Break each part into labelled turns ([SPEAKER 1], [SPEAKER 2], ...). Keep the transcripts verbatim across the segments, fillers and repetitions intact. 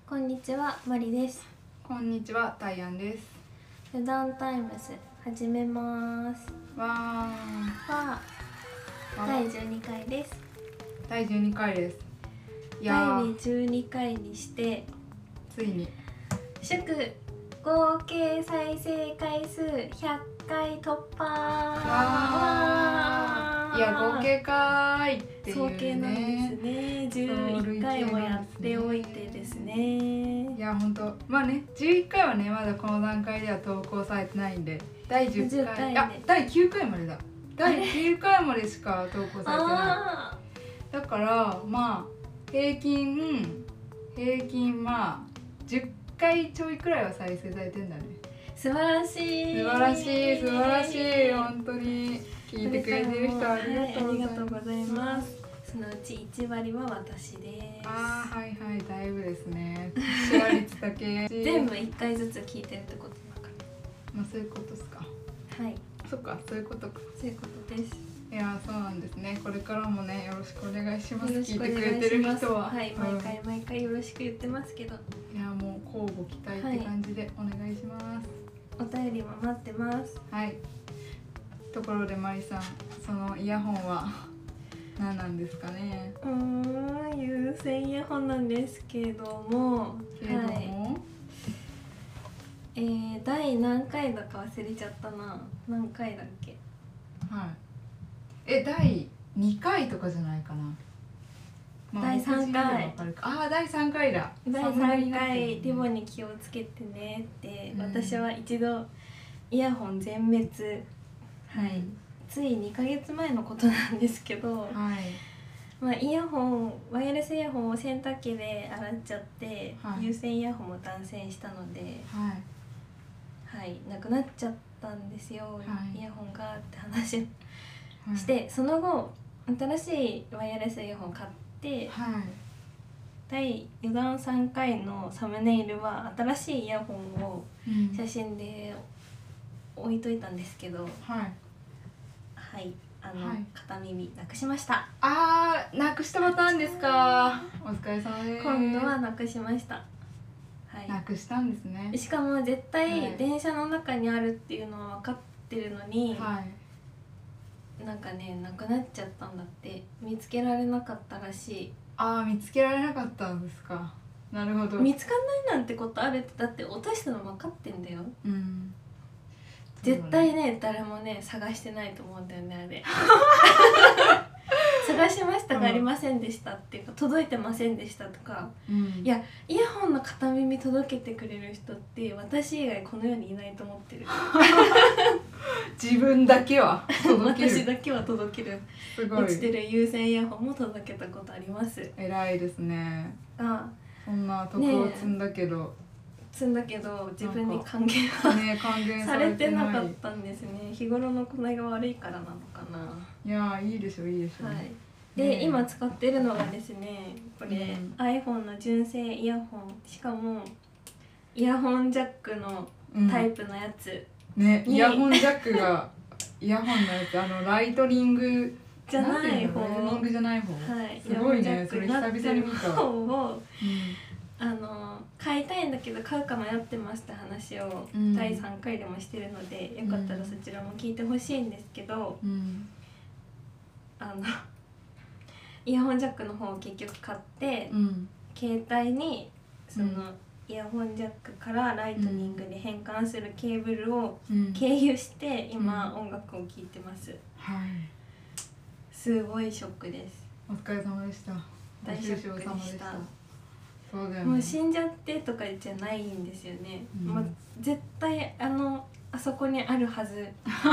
[SPEAKER 1] こんにちは、マリです。
[SPEAKER 2] こんにちは、タイアンです。
[SPEAKER 1] 普段タイムス始めます。
[SPEAKER 2] わ
[SPEAKER 1] は
[SPEAKER 2] ー
[SPEAKER 1] だいじゅうにかいです。
[SPEAKER 2] だいじゅうにかいです。いや
[SPEAKER 1] だいじゅうにかいにして
[SPEAKER 2] ついに
[SPEAKER 1] 祝合計再生回数ひゃっかい突破。
[SPEAKER 2] わーいや合計かーいっていうね。
[SPEAKER 1] 総計なんですね。じゅういっかいもやっておいてですね。
[SPEAKER 2] いやほんとまあね、じゅういっかいはねまだこの段階では投稿されてないんで、だいじゅっかい、
[SPEAKER 1] じゅっかいね、
[SPEAKER 2] あだいきゅうかいまでだ。だいきゅうかいまでしか投稿されてない。だからまあ平均平均まあじゅっかいちょいくらいは再生されてんだね。
[SPEAKER 1] 素晴らしい
[SPEAKER 2] 素晴らしい素晴らしい。本当に聞いてくれてる人ありがとうございます。
[SPEAKER 1] はい、ありがとうございます。そのうちいちわりは私です。
[SPEAKER 2] あーはいはい、だいぶですね。シェア率だけ
[SPEAKER 1] 全部いっかいずつ聞いてるってことだか
[SPEAKER 2] まあそういうことですか。
[SPEAKER 1] ら。はい、
[SPEAKER 2] そっか、そういうことか。
[SPEAKER 1] そういうことです。
[SPEAKER 2] いやそうなんですね。これからもねよろしくお願いします。
[SPEAKER 1] よろしくお願いします。
[SPEAKER 2] 聞いてくれてる人は
[SPEAKER 1] はい、
[SPEAKER 2] うん、
[SPEAKER 1] 毎回毎回よろしく言ってますけど、
[SPEAKER 2] いやもう交互期待って感じでお願いします。
[SPEAKER 1] お便りも待ってます。
[SPEAKER 2] はい。ところでマリさん、そのイヤホンは何なんですかね。
[SPEAKER 1] うーん、有線イヤホンなんですけども、
[SPEAKER 2] けれども、
[SPEAKER 1] はい、えー、第何回だか忘れちゃったな。何回だっけ。
[SPEAKER 2] はい。え、だいにかいとかじゃないかな。まあ、
[SPEAKER 1] だいさんかい。
[SPEAKER 2] わかるか。ああ、だいさんかいだ。
[SPEAKER 1] だいさんかいリボに気をつけてねって、うん、私は一度イヤホン全滅、はい、ついにかげつまえのことなんですけど、
[SPEAKER 2] はい、
[SPEAKER 1] まあ、イヤホンワイヤレスイヤホンを洗濯機で洗っちゃって、はい、有線イヤホンも断線したので、はいはい、なくなっちゃったんですよ、はい、イヤホンがって話をして、はい、その後新しいワイヤレスイヤホン買って、はい、だいよだんさんかいのサムネイルは新しいイヤホンを写真で置いといたんですけど、はい、はい、あの、はい、片耳なくしました。
[SPEAKER 2] あー、なくしたパターンですか。お疲れ様です。
[SPEAKER 1] 今度はなくしました。はい、
[SPEAKER 2] なくしたんですね。
[SPEAKER 1] しかも絶対電車の中にあるっていうのは分かってるのに、はい、なんかね、なくなっちゃったんだって。見つけられなかったらしい。
[SPEAKER 2] あー、見つけられなかったんですか。なるほど。
[SPEAKER 1] 見つかんないなんてことあるって、だって落としたの分かってんだよ。うん、絶対ね、誰もね探してないと思うんだよね、あれ。探しましたがありませんでしたっていうか、届いてませんでしたとか、うん、いやイヤホンの片耳届けてくれる人って私以外この世にいないと思ってる。
[SPEAKER 2] 自分だけは届ける。
[SPEAKER 1] 私だけは届ける。すごい。落ちてる有線イヤホンも届けたことあります。
[SPEAKER 2] 偉いですね。
[SPEAKER 1] あ、
[SPEAKER 2] そんな徳を積んだけど、ね、
[SPEAKER 1] 積んだけど自分に還元は、ね、還元されてなかったんですね。日頃の行いが悪いからなのかな。
[SPEAKER 2] いやいいでしょいいでしょ、
[SPEAKER 1] はい、で、ね、今使ってるのがですね、これ、うん、iPhone の純正イヤホン、しかもイヤホンジャックのタイプのやつ、
[SPEAKER 2] うん、ね、イヤホンジャックがイヤホンのやつ、あのライトニング
[SPEAKER 1] じゃない方、
[SPEAKER 2] ライトニングじゃない方、
[SPEAKER 1] はい、
[SPEAKER 2] すごいね、それ久々に見た
[SPEAKER 1] 方を、うん、あの買いたいんだけど買うか迷ってますって話をだいさんかいでもしてるので、うん、よかったらそちらも聞いてほしいんですけど、うん、あのイヤホンジャックの方を結局買って、うん、携帯にその、うん、イヤホンジャックからライトニングに変換するケーブルを経由して今、うん、音楽を聴いてます、はい、すごいショックです。
[SPEAKER 2] お疲れ様でした。
[SPEAKER 1] 大ショックでした。
[SPEAKER 2] そうだよね、
[SPEAKER 1] もう死んじゃってとかじゃないんですよね、うん、もう絶対あのあそこにあるはず。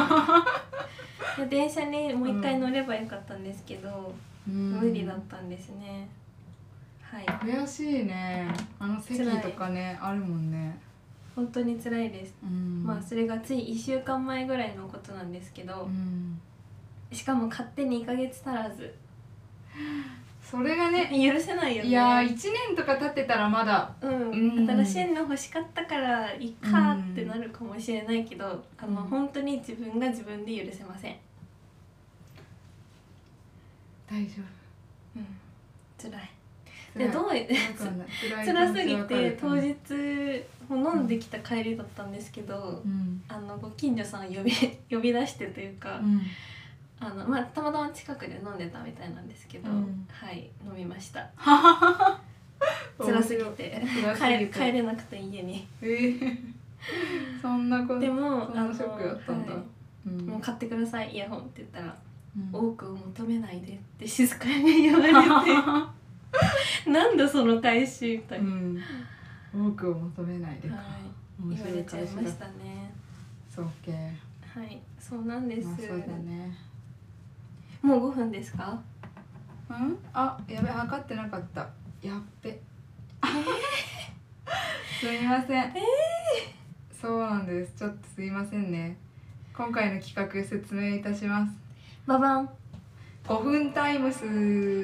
[SPEAKER 1] 電車にもう一回乗ればよかったんですけど、うん、無理だったんですね。はい、
[SPEAKER 2] 悔しいね。あの席とかねあるもんね。
[SPEAKER 1] 本当に辛いです、うん、まあそれがついいっしゅうかんまえぐらいのことなんですけど、うん、しかも買ってにかげつ足らず。
[SPEAKER 2] それがね
[SPEAKER 1] 許せないよね。
[SPEAKER 2] いやいちねんとか経ってたらまだ、
[SPEAKER 1] うん、うん、新しいの欲しかったからいいかってなるかもしれないけど、うん、あの本当に自分が自分で許せません。
[SPEAKER 2] 大丈夫。
[SPEAKER 1] うん、辛いでどう辛すぎて当日も飲んできた帰りだったんですけど、うん、あのご近所さんを呼び呼び出してというか、うん、あのまあ、たまたま近くで飲んでたみたいなんですけど、うん、はい飲みました辛すぎて帰, 帰れなくて家に、
[SPEAKER 2] えー、そんなこと
[SPEAKER 1] でも
[SPEAKER 2] そんなショックだったんだ、はい、
[SPEAKER 1] うん、もう買ってくださいイヤホンって言ったら、うん、多くを求めないでって静かに言われてなんだその返しみたいな、うん、
[SPEAKER 2] 多くを求めないでか、はい、
[SPEAKER 1] 言われちゃいましたね。
[SPEAKER 2] そうけ
[SPEAKER 1] はいそうなんです、まあ、
[SPEAKER 2] そうだね。
[SPEAKER 1] もうごふんですか？
[SPEAKER 2] うんあやべ測ってなかったやっべ、えー、すみません、えー、そうなんですちょっとすいませんね。今回の企画説明いたします。
[SPEAKER 1] ババン
[SPEAKER 2] ごふんタイムスって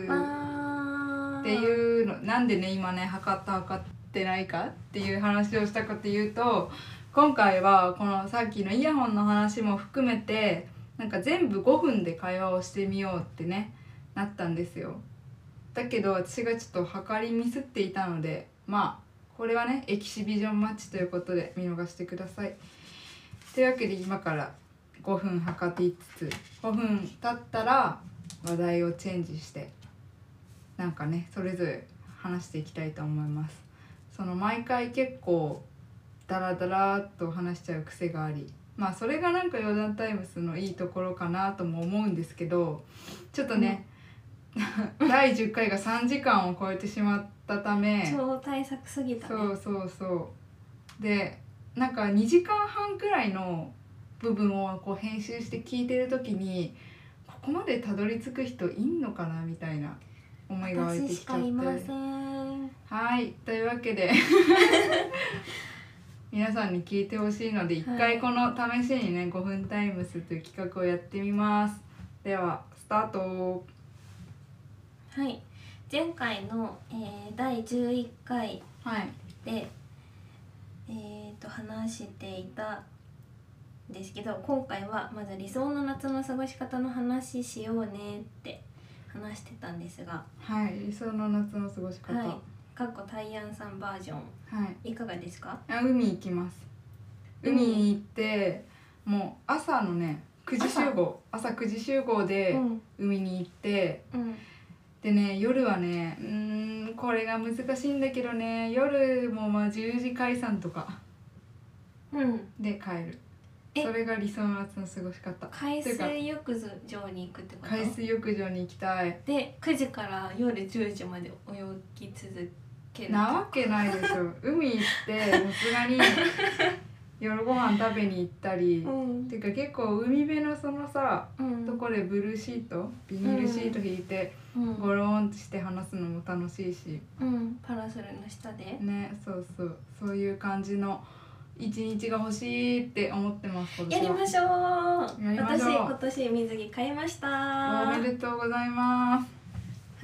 [SPEAKER 2] いうのなんでね今ね測った測ってないかっていう話をしたかっていうと、今回はこのさっきのイヤホンの話も含めてなんか全部ごふんで会話をしてみようってねなったんですよ。だけど私がちょっと測りミスっていたので、まあこれはねエキシビジョンマッチということで見逃してください。というわけで今からごふん測っていつつごふん経ったら話題をチェンジしてなんかねそれぞれ話していきたいと思います。その毎回結構ダラダラっと話しちゃう癖があり、まあそれがなんかヨダンタイムスのいいところかなとも思うんですけど、ちょっとね、うん、だいじゅっかいがさんじかんを超えてしまったため
[SPEAKER 1] 超対策すぎたね。
[SPEAKER 2] そうそうそうでなんかにじかんはんくらいの部分をこう編集して聞いてる時にここまでたどり着く人いんのかなみたいな思いが湧いてきちゃって、私しかいません。はいというわけで皆さんに聞いてほしいので一回この試しにねごふんタイムスという企画をやってみます。ではスタート。
[SPEAKER 1] はい前回の、えー、だいじゅういっかいで、はい、えー、と話していたんですけど、今回はまず理想の夏の過ごし方の話しようねって話してたんですが、
[SPEAKER 2] はい理想の夏の過ごし方、はい
[SPEAKER 1] かっこタイヤンさんバージョン、はい、いかがですか？
[SPEAKER 2] あ海行きます。海に行って、うん、もう朝のねくじ集合朝, 朝くじ集合で海に行って、うん、でね夜はねうーんこれが難しいんだけどね夜もまあじゅうじ解散とかで帰る、うん、それが理想の夏の過ごし方。
[SPEAKER 1] 海水浴場に行くってこと？
[SPEAKER 2] 海水浴場に行きたい。
[SPEAKER 1] でくじから夜じゅうじまで泳ぎ続ける
[SPEAKER 2] なわけないでしょ海行ってさすがに夜ご飯食べに行ったり、うん、てか結構海辺のそのさ、うん、とこでブルーシートビニールシート引いて、うん、ゴロンとして話すのも楽しいし、
[SPEAKER 1] うん、パラソルの下で
[SPEAKER 2] ねそうそうそういう感じの一日が欲しいって思ってます。
[SPEAKER 1] やりましょう。やりましょう。私今年水着買いました。
[SPEAKER 2] おめでとうございます。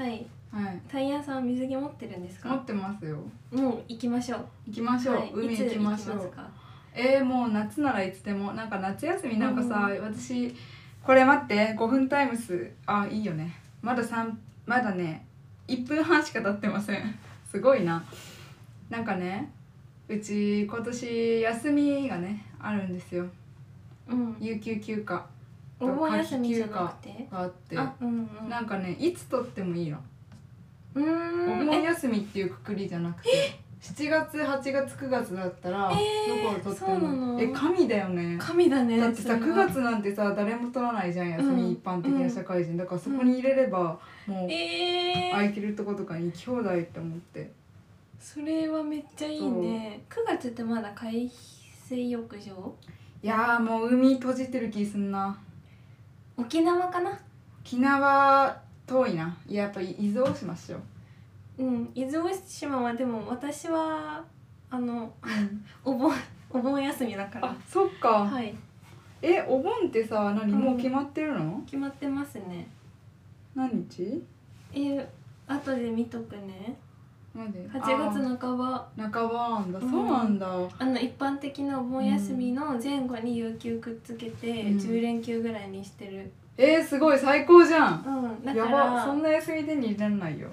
[SPEAKER 1] はいはい、タイヤさんは水着持ってるんですか？
[SPEAKER 2] 持ってますよ。
[SPEAKER 1] もう行きましょう。
[SPEAKER 2] 行きましょう、はい、海行きましょう。えー、もう夏ならいつでも。なんか夏休みなんかさ、うん、私これ待ってごふんタイムスあいいよね。まださんまだねいっぷんはんしか経ってませんすごいな。なんかねうち今年休みがねあるんですよ、うん、有給休暇
[SPEAKER 1] と夏季休暇が
[SPEAKER 2] あって、うんうん、なんかねいつ取ってもいいの。うーんお盆休みっていうくくりじゃなくてしちがつはちがつくがつだったらどこを取ってもえ神だよね。
[SPEAKER 1] 神だね。
[SPEAKER 2] だってさくがつなんてさ誰も取らないじゃん休み、うん、一般的な社会人だからそこに入れれば、うん、もう、えー、空いてるとことかに行き放題って思って。
[SPEAKER 1] それはめっちゃいいね。くがつってまだ海水浴場？
[SPEAKER 2] いやーもう海閉じてる気すんな。
[SPEAKER 1] 沖縄かな？
[SPEAKER 2] 沖縄遠いな。いややっぱ伊豆大島しよ
[SPEAKER 1] う。うん伊豆大島はでも私はあの、うん、お盆お盆休みだから。
[SPEAKER 2] あそっか。はい。えお盆ってさ何、うん、もう決まってるの？
[SPEAKER 1] 決まってますね。
[SPEAKER 2] 何日？
[SPEAKER 1] え後で見とくね。はちがつなかば
[SPEAKER 2] 半ばなんだ、うん、そうなんだ。
[SPEAKER 1] あの一般的なお盆休みの前後に有給くっつけて、うん、じゅうれんきゅうぐらいにしてる。
[SPEAKER 2] えー、すごい最高じゃん、
[SPEAKER 1] うん、だ
[SPEAKER 2] からやばそんな休み手に入れられないよ。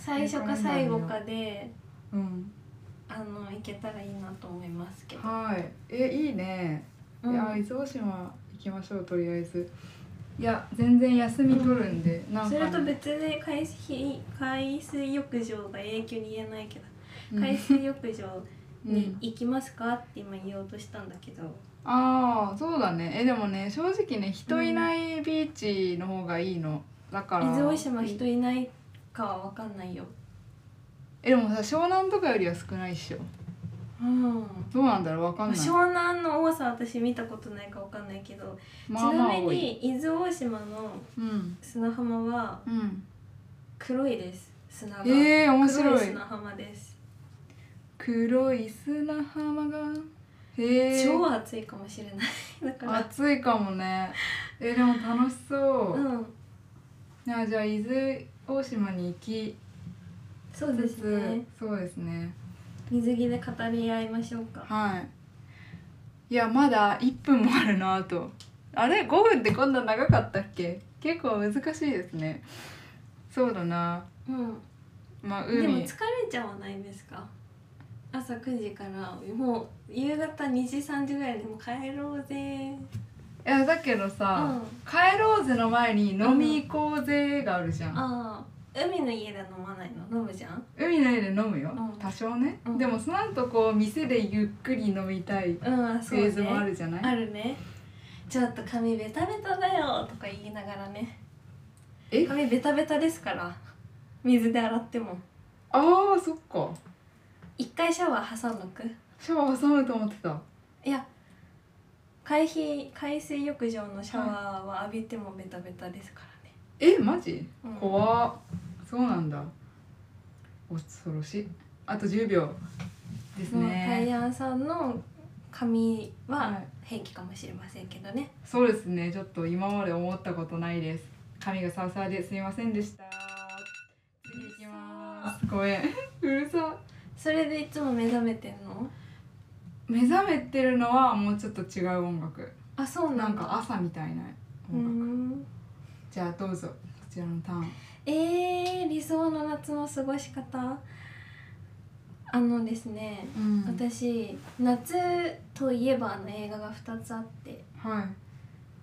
[SPEAKER 1] 最初か最後かで、
[SPEAKER 2] うん、
[SPEAKER 1] あの行けたらいいなと思いますけど。
[SPEAKER 2] はい。え、いいね。
[SPEAKER 1] うん、
[SPEAKER 2] いや伊豆大島行きましょうとりあえず。いや全然休み取るんで、
[SPEAKER 1] うん、なんか、ね、それと別で海水海水浴場が永久に言えないけど、うん、海水浴場に行きますかって今言おうとしたんだけど。
[SPEAKER 2] ああそうだね。えでもね正直ね人いないビーチの方がいいの。だから
[SPEAKER 1] 伊豆大島人いないかは分かんないよ。
[SPEAKER 2] えでもさ湘南とかよりは少ないっしょ。うん、どうなんだろう分かんない。
[SPEAKER 1] 湘南の多さ私見たことないか分かんないけど、まあまあ、ちなみに伊豆大島の砂浜は黒いです、砂が。えー、面白い。黒い砂浜です。
[SPEAKER 2] 黒い砂浜が
[SPEAKER 1] 超暑いかもしれないだから
[SPEAKER 2] 暑いかもね。えでも楽しそう。うん。じゃあじゃあ伊豆大島に行き
[SPEAKER 1] そうですね。
[SPEAKER 2] そうですね。
[SPEAKER 1] 水着で語り合いましょうか。
[SPEAKER 2] はい。いやまだいっぷんもあるなあと。あれごふんってこんな長かったっけ？結構難しいですね。そうだな。うん。
[SPEAKER 1] まあ海。でも疲れちゃわないですか？朝くじからもう夕方にじさんじぐらいにもう帰ろうぜ。
[SPEAKER 2] いやだけどさ、うん、帰ろうぜの前に飲み行こうぜがあるじゃん。うん、
[SPEAKER 1] ああ海の家で飲まないの？飲むじゃん。
[SPEAKER 2] 海の家で飲むよ、うん、多少ね、うん、でもその後こう店でゆっくり飲みたいフェーズもあるじゃない、うんね、
[SPEAKER 1] あるね。ちょっと髪ベタベタだよとか言いながらね。え髪ベタベタですから水で洗っても。
[SPEAKER 2] ああそっか。
[SPEAKER 1] 一回シャワー挟んどく。
[SPEAKER 2] シャワー挟むと思ってた。
[SPEAKER 1] いや海水海水浴場のシャワーは浴びてもベタベタですからね。
[SPEAKER 2] えマジ、うん、怖っ。そうなんだ。恐ろしい。あとじゅうびょうですね。
[SPEAKER 1] タイヤンさんの髪は平気かもしれませんけどね、はい、
[SPEAKER 2] そうですね。ちょっと今まで思ったことないです。髪がサワサワですみませんでした。次行きます。ごめんうるさ。
[SPEAKER 1] それでいつも目覚めてんの？
[SPEAKER 2] 目覚めてるのはもうちょっと違う音楽。
[SPEAKER 1] あ、そうなんだ。
[SPEAKER 2] なんか朝みたいな音楽。じゃあどうぞこちらのターン。
[SPEAKER 1] えー、理想の夏の過ごし方。あのですね、うん、私夏といえばの映画がふたつあって、はい、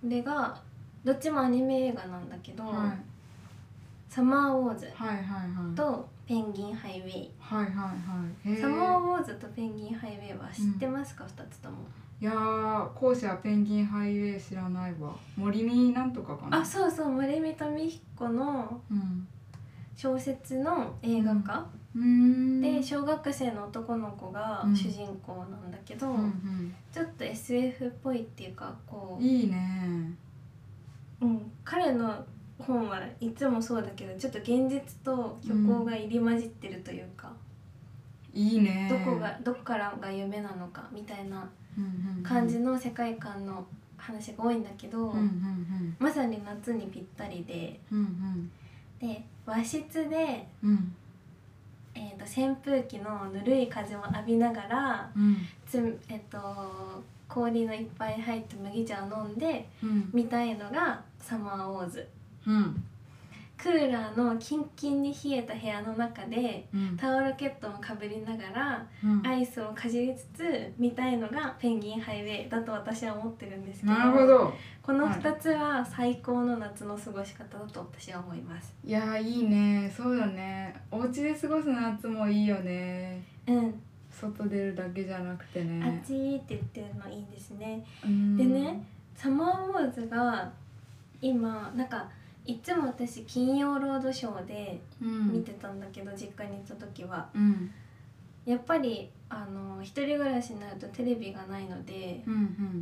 [SPEAKER 1] これがどっちもアニメ映画なんだけど、はい、サマーウォーズとペンギンハイウェイ。はいはいはい。サマーウォーズとペンギンハイウェイは知ってますか？うん、ふたつとも。
[SPEAKER 2] いやー後者ペンギンハイウェイ知らないわ。森見なんとかかな。
[SPEAKER 1] あ、そうそう、森見富彦の小説の映画化、うん、で小学生の男の子が主人公なんだけど、うんうんうん、ちょっと エスエフ っぽいっていうかこう
[SPEAKER 2] いいね。
[SPEAKER 1] うん、彼の本はいつもそうだけどちょっと現実と虚構が入り混じってるというか、
[SPEAKER 2] うん、いいね。
[SPEAKER 1] どこがどこからが夢なのかみたいな感じの世界観の話が多いんだけど、うんうんうん、まさに夏にぴったりで、うんうん、で和室で、うんえー、と扇風機のぬるい風を浴びながら、うんつえー、と氷のいっぱい入った麦茶を飲んで、うん、見たいのがサマーウォーズ。うん、クーラーのキンキンに冷えた部屋の中で、うん、タオルケットもかぶりながら、うん、アイスをかじりつつ見たいのがペンギンハイウェイだと私は思ってるんですけど、
[SPEAKER 2] なるほど。
[SPEAKER 1] このふたつは最高の夏の過ごし方だと私は思います。
[SPEAKER 2] いやーいいね。そうだね。お家で過ごす夏もいいよね。うん。外出るだけじゃなくてね。
[SPEAKER 1] あっちーって言ってるのいいですね。でね、サマーウォーズが今なんかいつも私金曜ロードショーで見てたんだけど、うん、実家に行った時は、うん、やっぱりあの一人暮らしになるとテレビがないので、うんうん、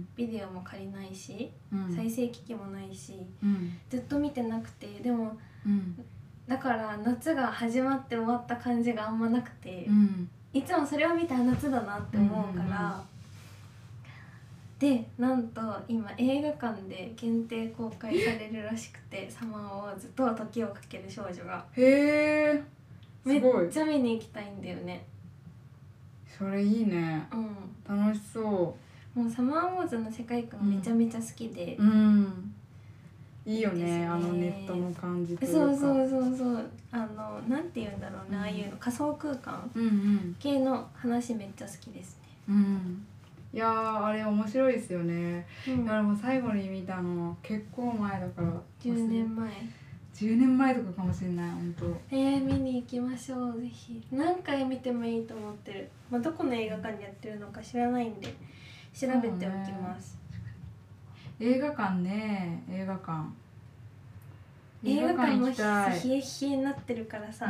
[SPEAKER 1] ビデオも借りないし、うん、再生機器もないし、うん、ずっと見てなくて、でも、うん、だから夏が始まって終わった感じがあんまなくて、うん、いつもそれを見たら夏だなって思うから、うんうんうん、でなんと今映画館で限定公開されるらしくてサマーウォーズと時をかける少女が。へーすごい。めっちゃ見に行きたいんだよね。
[SPEAKER 2] それいいね、うん、楽しそう。
[SPEAKER 1] もうサマーウォーズの世界観めちゃめちゃ好きで、うんうん、
[SPEAKER 2] いいよね、あのネットの感じというか。
[SPEAKER 1] そうそうそうそう、あのなんて言うんだろうね、うん、ああいうの仮想空間系の話めっちゃ好きですね。
[SPEAKER 2] うん、いやーあれ面白いですよね。うん、いやでも最後に見たの結構前だから
[SPEAKER 1] じゅうねんまえ
[SPEAKER 2] じゅうねんまえとかかもしれない本当。
[SPEAKER 1] えー、見に行きましょうぜひ。何回見てもいいと思ってる、まあ、どこの映画館にやってるのか知らないんで調べておきます。
[SPEAKER 2] 映画館ね、映画館
[SPEAKER 1] 映画館も冷え冷えになってるからさ、うん、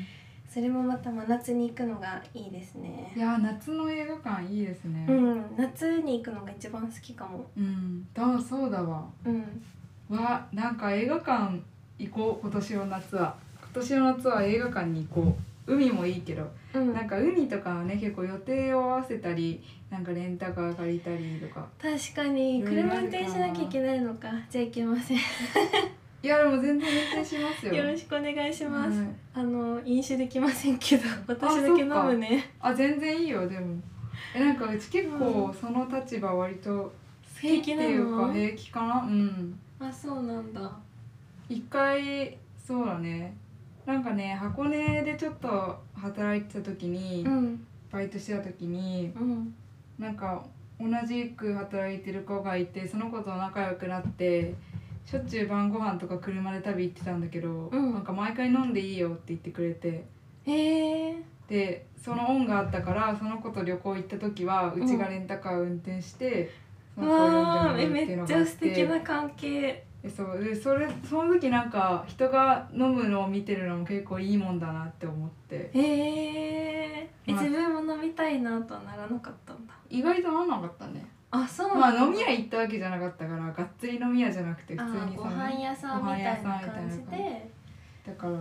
[SPEAKER 1] それもまた真夏に行くのがいいですね。
[SPEAKER 2] いや夏の映画館いいですね。
[SPEAKER 1] うん、夏に行くのが一番好きかも。
[SPEAKER 2] うんだそうだわ。うんわなんか映画館行こう今年の夏は。今年の夏は映画館に行こう。海もいいけど、うん、なんか海とかはね結構予定を合わせたりなんかレンタカー借りたりとか。
[SPEAKER 1] 確かに車運転しなきゃいけないのか。じゃあ行けません。
[SPEAKER 2] いやでも全然運転しますよ。
[SPEAKER 1] よろしくお願いします、うん、あの飲酒できませんけど私だけ飲むね。
[SPEAKER 2] あ全然いいよ。でもえなんかうち結構その立場割と好きっていうか平気かな。うん。
[SPEAKER 1] あそうなんだ。
[SPEAKER 2] 一回そうだね、なんかね箱根でちょっと働いてた時に、うん、バイトしてた時に、うん、なんか同じく働いてる子がいてその子と仲良くなってしょっちゅう晩ご飯とか車で旅行ってたんだけど、うん、なんか毎回飲んでいいよって言ってくれて、へー。でその恩があったからその子と旅行行った時はうちがレンタカー運転して、
[SPEAKER 1] うん、その子を呼んでもらうっていうのがあって、めっちゃ素敵な関係。
[SPEAKER 2] そうでそれその時なんか人が飲むのを見てるのも結構いいもんだなって思って。
[SPEAKER 1] へえ、まあ、自分も飲みたいなとはならなかったんだ。
[SPEAKER 2] 意外とならなかったね。
[SPEAKER 1] あそう
[SPEAKER 2] まあ飲み屋行ったわけじゃなかったからがっつり飲み屋じゃなくて普通に
[SPEAKER 1] ご飯屋さんみたいな感じで
[SPEAKER 2] だから、うんうん、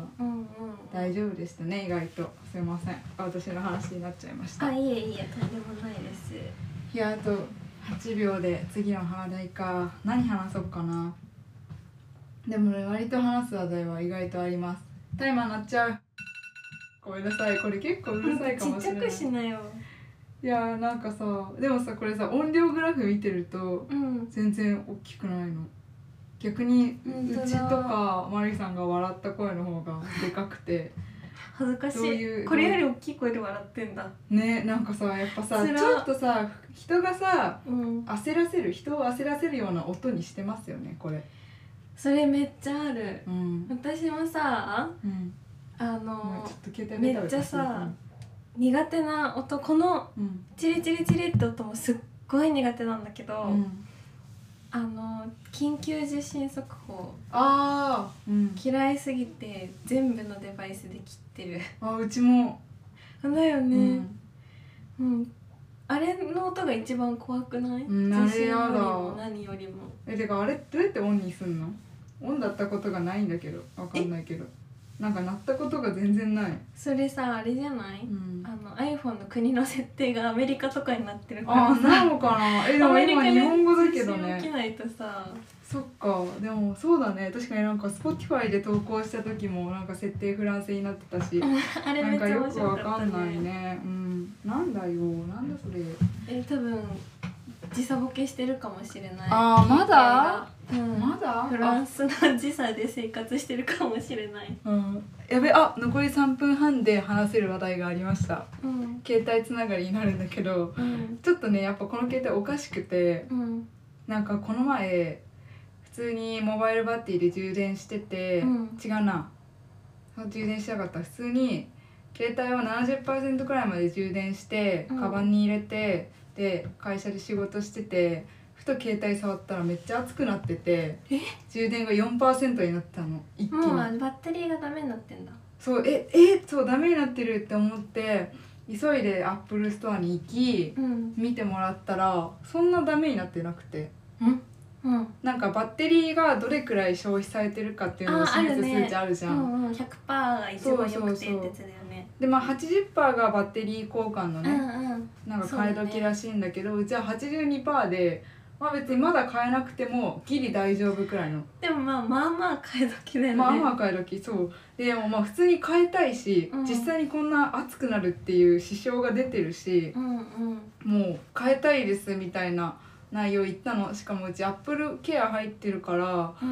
[SPEAKER 2] 大丈夫でしたね意外と。すいません私の話になっちゃいました。
[SPEAKER 1] あいえいえとんでもないです。
[SPEAKER 2] いやあとはちびょうで次の話題か。何話そうかな。でもね割と話す話題は意外とあります。タイマー鳴っちゃう。ごめんなさいこれ結構うるさいかもしれない。
[SPEAKER 1] ちっちゃくしなよ。
[SPEAKER 2] いやーなんかさでもさこれさ音量グラフ見てると全然大きくないの。逆にうちとかマリさんが笑った声の方がでかくて
[SPEAKER 1] 恥ずかしい。これより大きい声で笑ってんだ
[SPEAKER 2] ね。なんかさやっぱさちょっとさ人がさ、うん、焦らせる人を焦らせるような音にしてますよねこれ。
[SPEAKER 1] それめっちゃある、うん、私もさ、うん、あのめっちゃさ、うん、苦手な音このチリチリチリって音もすっごい苦手なんだけど、うん、あの緊急地震速報あ、うん、嫌いすぎて全部のデバイスで切ってる。
[SPEAKER 2] あうちも
[SPEAKER 1] だよね、うんうん、あれの音が一番怖くない？うん、あれやだ。地震よりも何よりも。
[SPEAKER 2] えてかあれどうやってオンにすんの？オンだったことがないんだけどわかんないけどなんか鳴ったことが全然ない。
[SPEAKER 1] それさあれじゃない、うん、あの iPhone の国の設定がアメリカとかになってるからさ。
[SPEAKER 2] あなのかな。えでも今日本語だけどね。
[SPEAKER 1] 起きないとさ。
[SPEAKER 2] そっかでもそうだね確かになんか Spotify で投稿した時もなんか設定フランスになってたし
[SPEAKER 1] あれめっちゃ面白かったね。なんかよくわかん
[SPEAKER 2] ないね。うんなんだよなんだそれ。
[SPEAKER 1] え多分時差ボケしてるかもしれない。
[SPEAKER 2] あーまだ、
[SPEAKER 1] うん、まだフランスの時差で生活してるかもしれない。
[SPEAKER 2] うん、やべあ残りさんぷんはんで話せる話題がありました、うん、携帯つながりになるんだけど、うん、ちょっとねやっぱこの携帯おかしくて、うん、なんかこの前普通にモバイルバッテリーで充電してて、うん、違うな充電しなかった。普通に携帯を ななじゅっパーセント くらいまで充電してカバンに入れて、で会社で仕事しててふと携帯触ったらめっちゃ熱くなってて充電が よんパーセント になったの一気に。
[SPEAKER 1] もうバッテリーがダメになってんだ。
[SPEAKER 2] そうええそうダメになってるって思って急いでアップルストアに行き、うん、見てもらったらそんなダメになってなくて、うんうん、なんかバッテリーがどれくらい消費されてるかっていうのを示す数値あるじゃん。
[SPEAKER 1] うんうん、ひゃくパーセント が一番よくてってやつだよね。
[SPEAKER 2] でまあ はちじゅっパーセント がバッテリー交換のね、うんうん、なんか替え時らしいんだけど う,、ね、うちは はちじゅうにパーセント で、まあ、別にまだ買えなくてもギリ大丈夫くらいの。
[SPEAKER 1] でもまあまあまあ替え時だよね。
[SPEAKER 2] まあまあ替え時そうでもまあ普通に変えたいし、うん、実際にこんな熱くなるっていう支障が出てるし、うんうん、もう変えたいですみたいな内容言ったの。しかもうちアップルケア入ってるから、うん、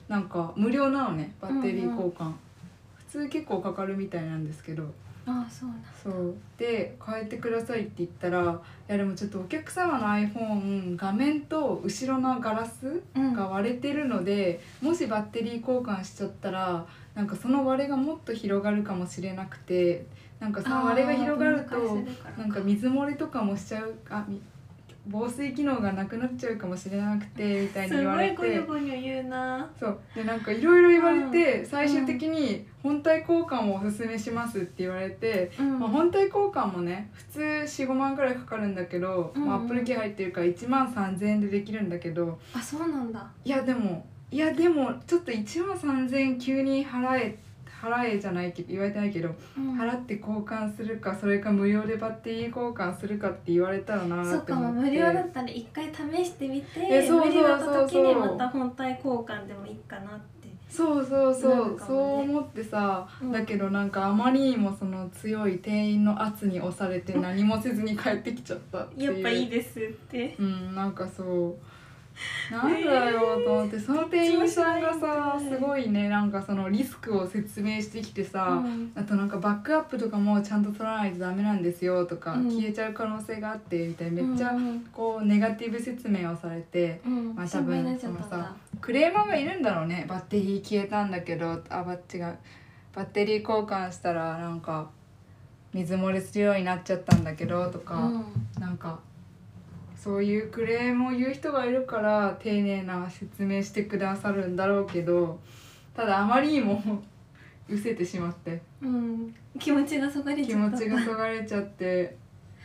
[SPEAKER 2] なんか無料なのね、バッテリー交換、うんうん、普通結構かかるみたいなんですけど、
[SPEAKER 1] ああそうなんだ。
[SPEAKER 2] そうで変えてくださいって言ったら、いやでもちょっとお客様の iPhone 画面と後ろのガラスが割れてるので、うん、もしバッテリー交換しちゃったらなんかその割れがもっと広がるかもしれなくて、なんかその割れが広がるとなんか水漏れとかもしちゃう、あ防水機能がなくなっちゃうかもしれなくてみたいに言われて、
[SPEAKER 1] すごいゴニョゴニョ言うな。
[SPEAKER 2] そうでなんかいろいろ言われて、うん、最終的に本体交換をおすすめしますって言われて、うんまあ、本体交換もね普通 よん,ご 万くらいかかるんだけど、うんうんまあ、アップルキー入ってるからいちまんさんぜんえんでできるんだけど、
[SPEAKER 1] あそうなんだ。
[SPEAKER 2] いやでもいやでもちょっといちまんさんぜんえん急に払え払えじゃないけど言われてないけど、うん、払って交換するかそれか無料でバッテリー交換するかって言われたらなって思って。
[SPEAKER 1] そうかも無料だったら一回試してみて無理だった時にまた本体交換でもいいかなって
[SPEAKER 2] そうそうそう、ね、そう思ってさ、うん、だけどなんかあまりにもその強い店員の圧に押されて何もせずに帰ってきちゃったっていう
[SPEAKER 1] やっぱいいですって
[SPEAKER 2] うんなんかそうなんだよと思って、その店員さんがさすごいねなんかそのリスクを説明してきてさ、うん、あとなんかバックアップとかもちゃんと取らないとダメなんですよとか、うん、消えちゃう可能性があってみたいなめっちゃこうネガティブ説明をされて、うん、まあ多分そのさクレーマーがいるんだろうね。バッテリー消えたんだけどあバッチがバッテリー交換したらなんか水漏れするようになっちゃったんだけどとか、うん、なんかそういうクレームを言う人がいるから丁寧な説明してくださるんだろうけど、ただあまりにも失せてしまって、
[SPEAKER 1] うん、気持ちがそがれちゃった。
[SPEAKER 2] 気持ちがそがれちゃって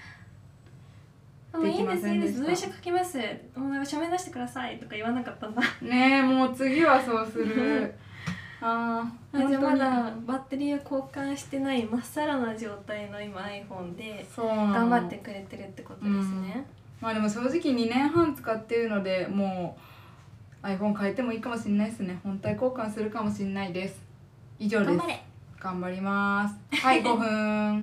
[SPEAKER 1] できませんでした。いいですいいです、文章書きます、もうなんか署名出してくださいとか言わなかったんだ
[SPEAKER 2] ねえもう次はそうするあ
[SPEAKER 1] あじゃあまだバッテリーを交換してないまっさらな状態の今 iPhone で頑張ってくれてるってことですね。
[SPEAKER 2] まあでも正直にねんはん使ってるのでもう iPhone 変えてもいいかもしれないですね。本体交換するかもしれないです。以上です。
[SPEAKER 1] 頑張れ
[SPEAKER 2] 頑張りますはいごふん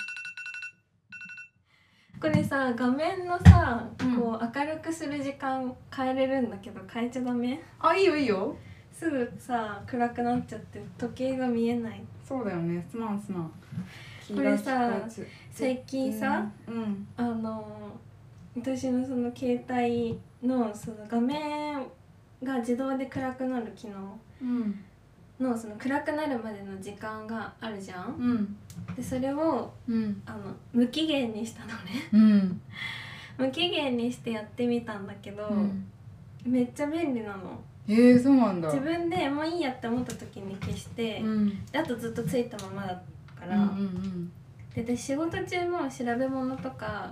[SPEAKER 1] これさ画面のさ、うん、こう明るくする時間変えれるんだけど変えちゃダメ？
[SPEAKER 2] あいいよいいよ。
[SPEAKER 1] すぐさ暗くなっちゃって時計が見えない。
[SPEAKER 2] そうだよねすまんすまん。
[SPEAKER 1] これさ最近さ、
[SPEAKER 2] うん、
[SPEAKER 1] あの私のその携帯のその画面が自動で暗くなる機能のその暗くなるまでの時間があるじゃん、うん、でそれを、うん、あの無期限にしたのね、うん、無期限にしてやってみたんだけど、うん、めっちゃ便利なの。
[SPEAKER 2] えー、そうなんだ。
[SPEAKER 1] 自分でもういいやって思った時に消して、うん、であとずっとついたままだから、うんうんうんで私仕事中も調べ物とか、うん、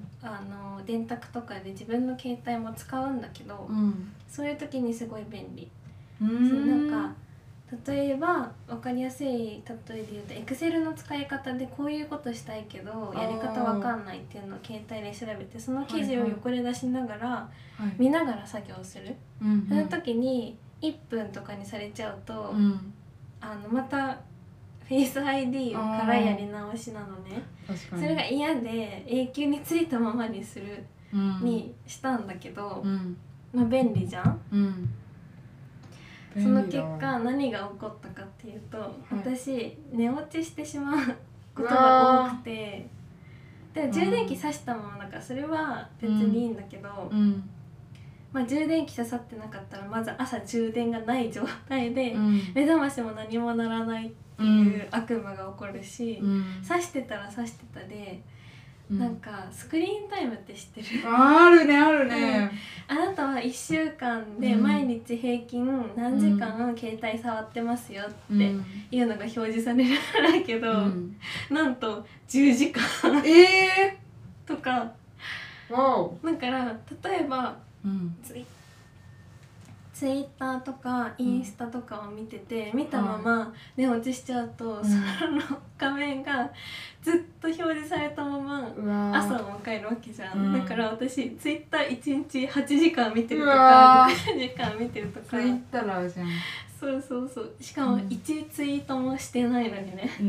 [SPEAKER 1] あの電卓とかで自分の携帯も使うんだけど、うん、そういう時にすごい便利。うーんそうなんか例えば分かりやすい例えで言うと Excel の使い方でこういうことしたいけどやり方分かんないっていうのを携帯で調べてその記事を横で出しながら、はいはい、見ながら作業する、はい、その時にいっぷんとかにされちゃうと、うん、あのまたフェイス アイディー からやり直しなのね。確かにそれが嫌で永久についたままにするにしたんだけど、うん、まあ便利じゃん、うん、その結果何が起こったかっていうと、はい、私寝落ちしてしまうことが多くてで充電器挿したままだからそれは別にいいんだけど、うんうん、まあ、充電器刺さってなかったらまず朝充電がない状態で、うん、目覚ましも何もならないっていう悪夢が起こるし、うん、刺してたら刺してたで、うん、なんかスクリーンタイムって知ってる？
[SPEAKER 2] あるねあるね、
[SPEAKER 1] うん、あなたはいっしゅうかんで毎日平均何時間携帯触ってますよっていうのが表示されるんだけど、うん、なんとじゅうじかん
[SPEAKER 2] え
[SPEAKER 1] ー、とかだから例えば、うん、ツイツイッターとかインスタとかを見てて、うん、見たまま寝落ちしちゃうと、うん、その画面がずっと表示されたまま朝を迎えるわけじゃん、うん、だから私ツイッターいちにちはちじかん見てるとかろくじかん見てるとか
[SPEAKER 2] ツイッターじゃん。
[SPEAKER 1] そうそうそうしかもいちツイートもしてないのにね、うん、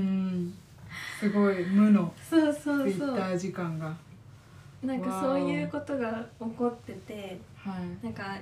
[SPEAKER 2] すごい無の
[SPEAKER 1] そうそうそう
[SPEAKER 2] ツイッター時間が
[SPEAKER 1] なんかそういうことが起こってて、
[SPEAKER 2] はい、
[SPEAKER 1] なんか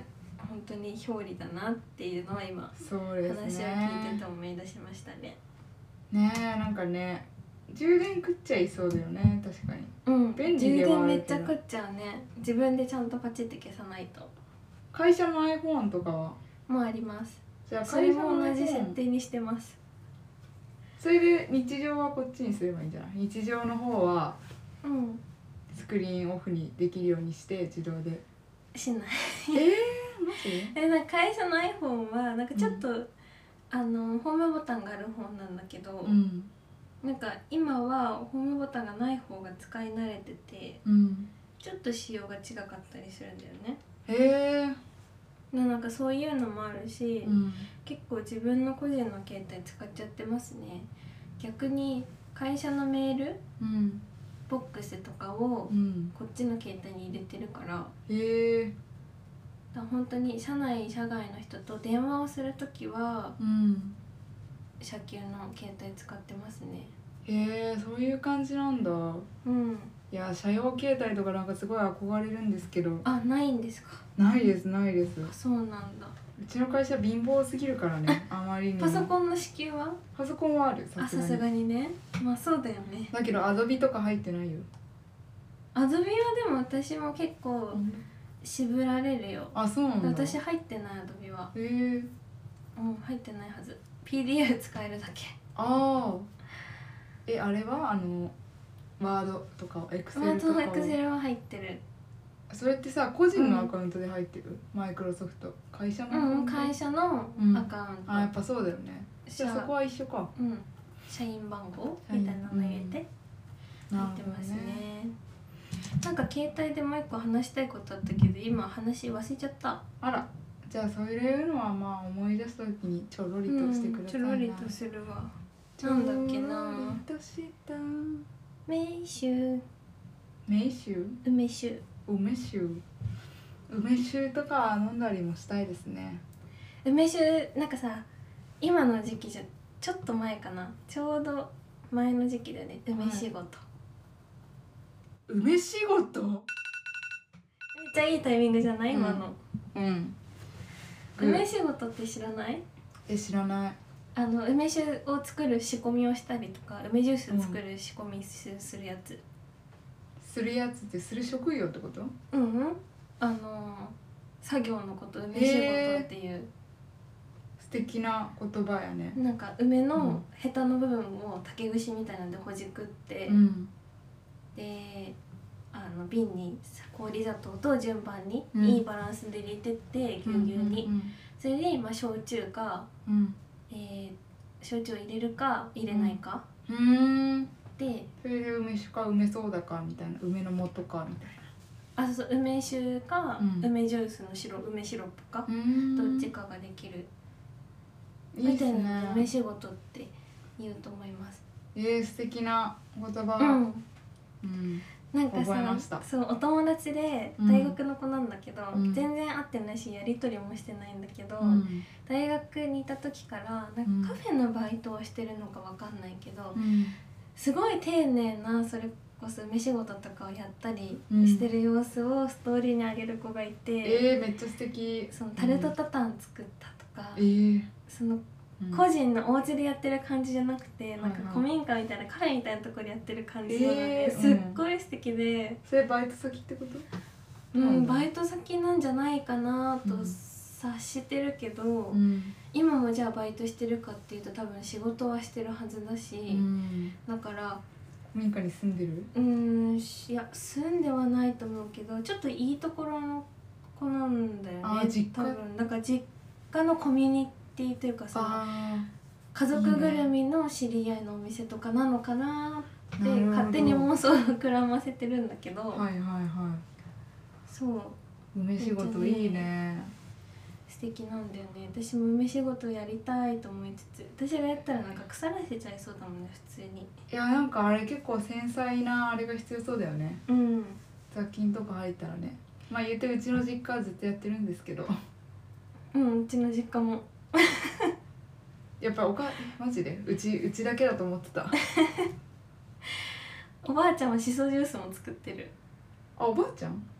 [SPEAKER 1] 本当に表裏だなっていうのは今
[SPEAKER 2] そうですね、
[SPEAKER 1] 話を聞いてて思い出しましたね。
[SPEAKER 2] ねえ、なんかね充電食っちゃいそうだよね、確かに。
[SPEAKER 1] うん
[SPEAKER 2] 便利ではあるけど
[SPEAKER 1] 充電めっちゃ食っちゃうね。自分でちゃんとパチって消さないと。
[SPEAKER 2] 会社の iPhone とかは
[SPEAKER 1] もうあります。
[SPEAKER 2] じゃあ
[SPEAKER 1] それ
[SPEAKER 2] 会社の
[SPEAKER 1] も同じ
[SPEAKER 2] iPhone
[SPEAKER 1] 設定にしてます。
[SPEAKER 2] それで日常はこっちにすればいいんじゃない？日常の方は
[SPEAKER 1] うん
[SPEAKER 2] スクリーンオフにできるようにして自動で。
[SPEAKER 1] しない
[SPEAKER 2] えー、マジ？
[SPEAKER 1] えなんか会社の iPhone はなんかちょっと、うん、あのホームボタンがある方なんだけど、うん、なんか今はホームボタンがない方が使い慣れてて、うん、ちょっと仕様が違かったりするんだよね。
[SPEAKER 2] へえ。
[SPEAKER 1] なんかそういうのもあるし、うん、結構自分の個人の携帯使っちゃってますね。逆に会社のメール、うん、ボックスとかをこっちの携帯に入れてるから、へえ。だから本当に社内社外の人と電話をするときは、うん、社給の携帯使ってますね。
[SPEAKER 2] へえ、そういう感じなんだ。うん。いや、社用携帯とかなんかすごい憧れるんですけど。
[SPEAKER 1] あ、ないんですか？
[SPEAKER 2] ないですないです。
[SPEAKER 1] そうなんだ。
[SPEAKER 2] うちの会社貧乏すぎるからね。あまりに。
[SPEAKER 1] パソコンの支給は？
[SPEAKER 2] パソコンはある。
[SPEAKER 1] あ、さすがにね。まあそうだよね。
[SPEAKER 2] だけどアドビとか入ってないよ。
[SPEAKER 1] アドビはでも私も結構渋られるよ。
[SPEAKER 2] あ、そうなんだ。
[SPEAKER 1] 私入ってないアドビは。へえ。うん、入ってないはず。ピーディーエフ 使えるだけ。ああ。
[SPEAKER 2] え、あれはあのワードとかエクセルとか。
[SPEAKER 1] ワードとエクセルは入ってる。
[SPEAKER 2] それってさ、個人のアカウントで入ってる？マイクロソフト。会社のアカウント？
[SPEAKER 1] うん、会社のアカウント。
[SPEAKER 2] うん、あ、やっぱそうだよね。じゃあそこは一緒か。
[SPEAKER 1] うん。社員番号みたいなの入れて入ってますね。ね、なんか携帯でもう一個話したいことあったけど今話忘れちゃった。
[SPEAKER 2] あら。じゃあそういうのはまあ思い出すときにちょろりとしてくださいな。
[SPEAKER 1] うん、ちょろりとするわ。なんだっけな。
[SPEAKER 2] ちょろりとした
[SPEAKER 1] 梅酒。
[SPEAKER 2] 梅酒？
[SPEAKER 1] 梅酒。
[SPEAKER 2] 梅酒。梅酒とか飲んだりもしたいですね。
[SPEAKER 1] 梅酒なんかさ、今の時期じゃちょっと前かな。ちょうど前の時期だね。梅仕事。はい、
[SPEAKER 2] 梅仕事？めっ
[SPEAKER 1] ちゃいいタイミングじゃない？今の。うん。うん、梅仕事って知らない？
[SPEAKER 2] え、知らない。
[SPEAKER 1] あの梅酒を作る仕込みをしたりとか、梅ジュース作る仕込みするやつ。うん、
[SPEAKER 2] するやつってする職業ってこと？
[SPEAKER 1] うん、うん、あの作業のこと梅仕事っていう。
[SPEAKER 2] 素敵な言葉やね。
[SPEAKER 1] なんか梅のヘタの部分を竹串みたいなんでほじくって、うん、であの瓶に氷砂糖と順番にいいバランスで入れてってぎゅうぎゅうに、それで今焼酎か、うん、えー、焼酎を入れるか入れないか、うん、うんで
[SPEAKER 2] それで梅酒か梅ソーダかみたいな、梅の素かみたいな。
[SPEAKER 1] あ、そうそう、梅酒か、うん、梅ジュースのシロ梅シロップか、どっちかができるみたいな梅仕事って言うと思います。
[SPEAKER 2] えー、素敵な言葉。うん、
[SPEAKER 1] うん、なんかさ、そうお友達で大学の子なんだけど、うん、全然会ってないしやり取りもしてないんだけど、うん、大学にいた時からなんかカフェのバイトをしてるのかわかんないけど、うん、すごい丁寧なそれこそ梅仕事とかをやったりしてる様子をストーリーにあげる子がいて、うん、
[SPEAKER 2] えー、めっちゃ素敵。
[SPEAKER 1] そのタルトタタン作ったとか、
[SPEAKER 2] えー、
[SPEAKER 1] その個人のお家でやってる感じじゃなくて、うん、なんか古民家みたいなカフェみたいなところでやってる感じなので、えー、すっごい素敵で、うん、
[SPEAKER 2] それバイト先ってこと？
[SPEAKER 1] うん、うん、バイト先なんじゃないかなと察してるけど、うん、今もじゃあバイトしてるかっていうと多分仕事はしてるはずだし、うん、だから
[SPEAKER 2] 古民家に住んでる？
[SPEAKER 1] うん、いや住んではないと思うけどちょっといいところの子なんだよね。
[SPEAKER 2] あ、実家？
[SPEAKER 1] 多分なんか実家のコミュニティというかさ、家族ぐるみの知り合いのお店とかなのかなって勝手に妄想を膨らませてるんだけど、はい
[SPEAKER 2] はいはい、
[SPEAKER 1] そう
[SPEAKER 2] 梅仕事いいね。
[SPEAKER 1] 素敵なんだよね。私も梅仕事やりたいと思いつつ、私がやったらなんか腐らせちゃいそうだもんね普通に。
[SPEAKER 2] いや、なんかあれ結構繊細なあれが必要そうだよね。うん、雑菌とか入ったらね。まあ言ってうちの実家はずっとやってるんですけど
[SPEAKER 1] うん、うちの実家も
[SPEAKER 2] やっぱおかマジでうちうちだけだと思ってた
[SPEAKER 1] おばあちゃんはしそジュースも作ってる。
[SPEAKER 2] あ、おばあちゃん？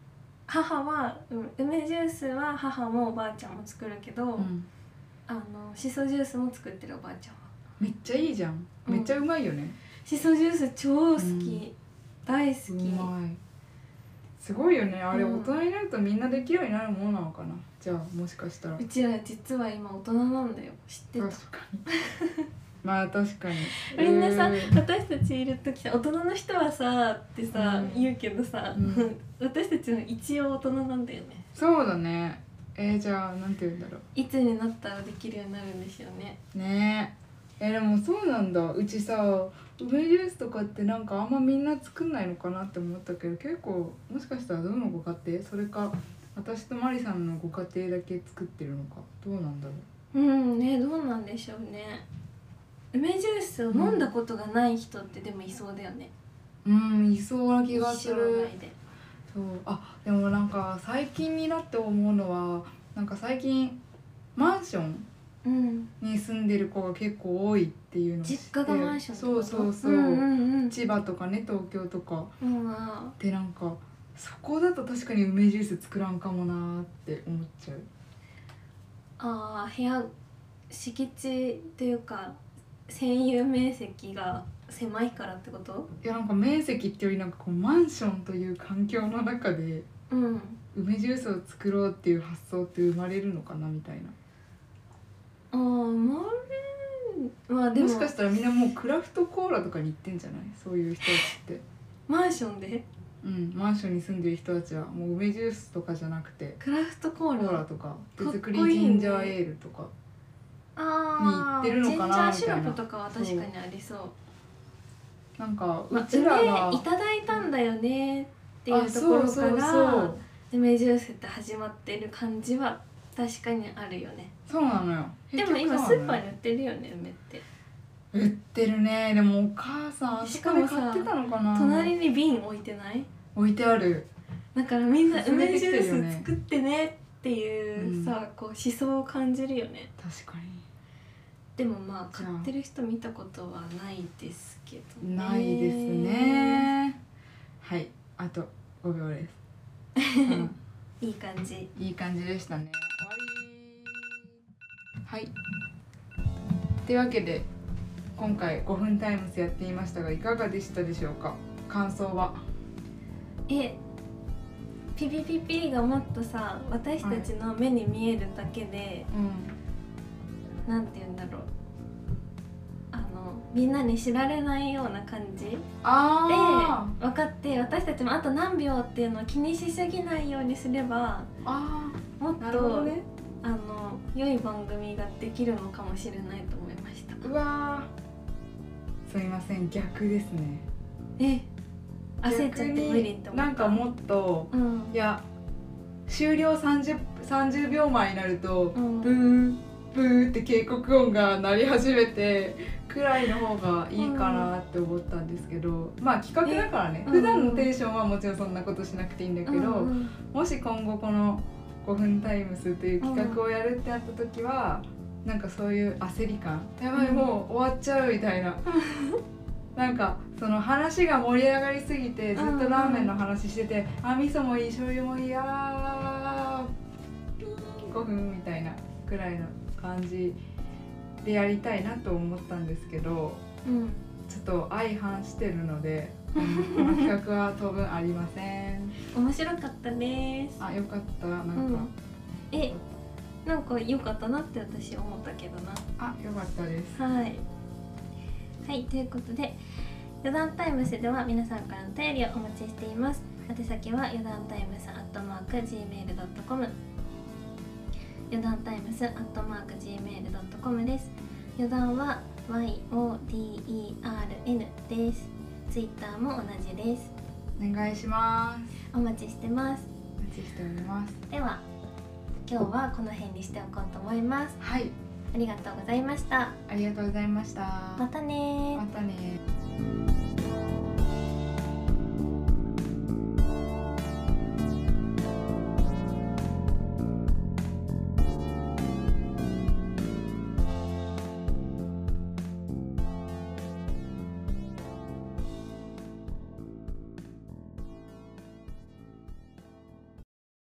[SPEAKER 1] 母は、うん、梅ジュースは母もおばあちゃんも作るけど、うん、あのしそジュースも作ってるおばあちゃんは。
[SPEAKER 2] めっちゃいいじゃん。めっちゃうまいよね、
[SPEAKER 1] うん、しそジュース超好き、うん、大好き。う
[SPEAKER 2] まい。すごいよねあれ、うん、大人になるとみんなできるようになるものなのかな。じゃあもしかしたら
[SPEAKER 1] うちら実は今大人なんだよ。知ってた？
[SPEAKER 2] 確かにまあ確かに
[SPEAKER 1] みんなさ、えー、私たちいる時さ大人の人はさってさ、うん、言うけどさ、うん、私たちの一応大人なんだよね。
[SPEAKER 2] そうだね。えー、じゃあなんて言うんだろう、
[SPEAKER 1] いつになったらできるようになるんですよね。
[SPEAKER 2] ねえ。えー、でもそうなんだ。うちさ梅ジュースとかってなんかあんまみんな作んないのかなって思ったけど、結構もしかしたらどのご家庭、それか私とマリさんのご家庭だけ作ってるのか、どうなんだろ
[SPEAKER 1] う。うんね、どうなんでしょうね。梅ジュースを飲んだことがない人ってでもいそうだよね。
[SPEAKER 2] うん、いそうな気がする。そう、あ、でもなんか最近になって思うのは、なんか最近マンションに住んでる子が結構多いっていうのを知って、
[SPEAKER 1] 実家がマンションって
[SPEAKER 2] こと？そうそうそう、うんうんうん、千葉とかね、東京とか、うん、でなんかそこだと確かに梅ジュース作らんかもなーって思っちゃう。
[SPEAKER 1] ああ、部屋敷地というか占有面積が狭いからってこと？
[SPEAKER 2] いや、なんか面積っていうよりなんかこうマンションという環境の中で、うん、梅ジュースを作ろうっていう発想って生まれるのかなみたいな。
[SPEAKER 1] ああ、まあまあでも
[SPEAKER 2] もしかしたらみんなもうクラフトコーラとかに行ってんじゃない？そういう人たちって
[SPEAKER 1] マンションで？
[SPEAKER 2] うん、マンションに住んでる人たちはもう梅ジュースとかじゃなくて
[SPEAKER 1] クラフトコーラ、
[SPEAKER 2] コーラとか手作りジンジャーエールとかに行ってるのかなみたいな。ジンジャーシロップとかは確かにありそう。なんかうちらが、
[SPEAKER 1] まあ、梅いただいたんだよねっていうところから梅ジュースって始まってる感じは確かにあるよね。
[SPEAKER 2] そうなのよ。
[SPEAKER 1] でも今スーパーに売ってるよね、梅って。
[SPEAKER 2] 売ってるね。でもお母さん
[SPEAKER 1] しかもさ、隣に瓶置いてない？
[SPEAKER 2] 置いてある。
[SPEAKER 1] だからみんな梅ジュース作ってねっていうさ、こう思想を感じるよね。
[SPEAKER 2] 確かに。
[SPEAKER 1] でもまあ買ってる人見たことはないですけどね。
[SPEAKER 2] ないですね。はい、あとごびょうです、うん、
[SPEAKER 1] いい感じ。
[SPEAKER 2] いい感じでしたね。終わり。はい、というわけで今回ごふんタイムスやってみましたがいかがでしたでしょうか。感想は？
[SPEAKER 1] えピピピピがもっとさ私たちの目に見えるだけで、はい、うん、なんて言うんだろう、あのみんなに知られないような感じで分かって、私たちもあと何秒っていうのを気にしすぎないようにすれば、あもっと、ね、あの良い番組ができるのかもしれないと思いました。
[SPEAKER 2] うわー、すみません、逆ですね。
[SPEAKER 1] え焦っちゃって無理って思った。
[SPEAKER 2] なんかもっと、うん、いや終了さんじゅう、さんじゅうびょうまえになると、うん、ブーブーって警告音が鳴り始めてくらいの方がいいかなって思ったんですけど、うん、まあ企画だからね、普段のテンションはもちろんそんなことしなくていいんだけど、うん、もし今後このごふんタイムスという企画をやるってなった時は、うん、なんかそういう焦り感、やばいもう終わっちゃうみたいななんかその話が盛り上がりすぎてずっとラーメンの話してて、うん、あ味噌もいい醤油もいいあーピーごふんみたいなくらいの感じでやりたいなと思ったんですけど、うん、ちょっと相反してるのでこの企画は当分ありません。
[SPEAKER 1] 面白かったです。
[SPEAKER 2] あ、よかった。なんか、うん、
[SPEAKER 1] えなんか良かったなって私思ったけどな。
[SPEAKER 2] あ、よかったです。
[SPEAKER 1] はいはい、ということで余談タイムスでは皆さんからのお便りをお待ちしています。宛先は余談タイムスアットマーク ジーメールドットコム 余談タイムスアットマーク ジーメールドットコム です。余談は ワイオーディーイーアールエヌ です。ツイッターも同じです。
[SPEAKER 2] お願いします。
[SPEAKER 1] お待ちしてます。
[SPEAKER 2] お待ちしております。
[SPEAKER 1] では今日はこの辺にしておこうと思います。
[SPEAKER 2] はい、
[SPEAKER 1] ありがとうございました。
[SPEAKER 2] ありがとうございました。
[SPEAKER 1] またね。
[SPEAKER 2] またね。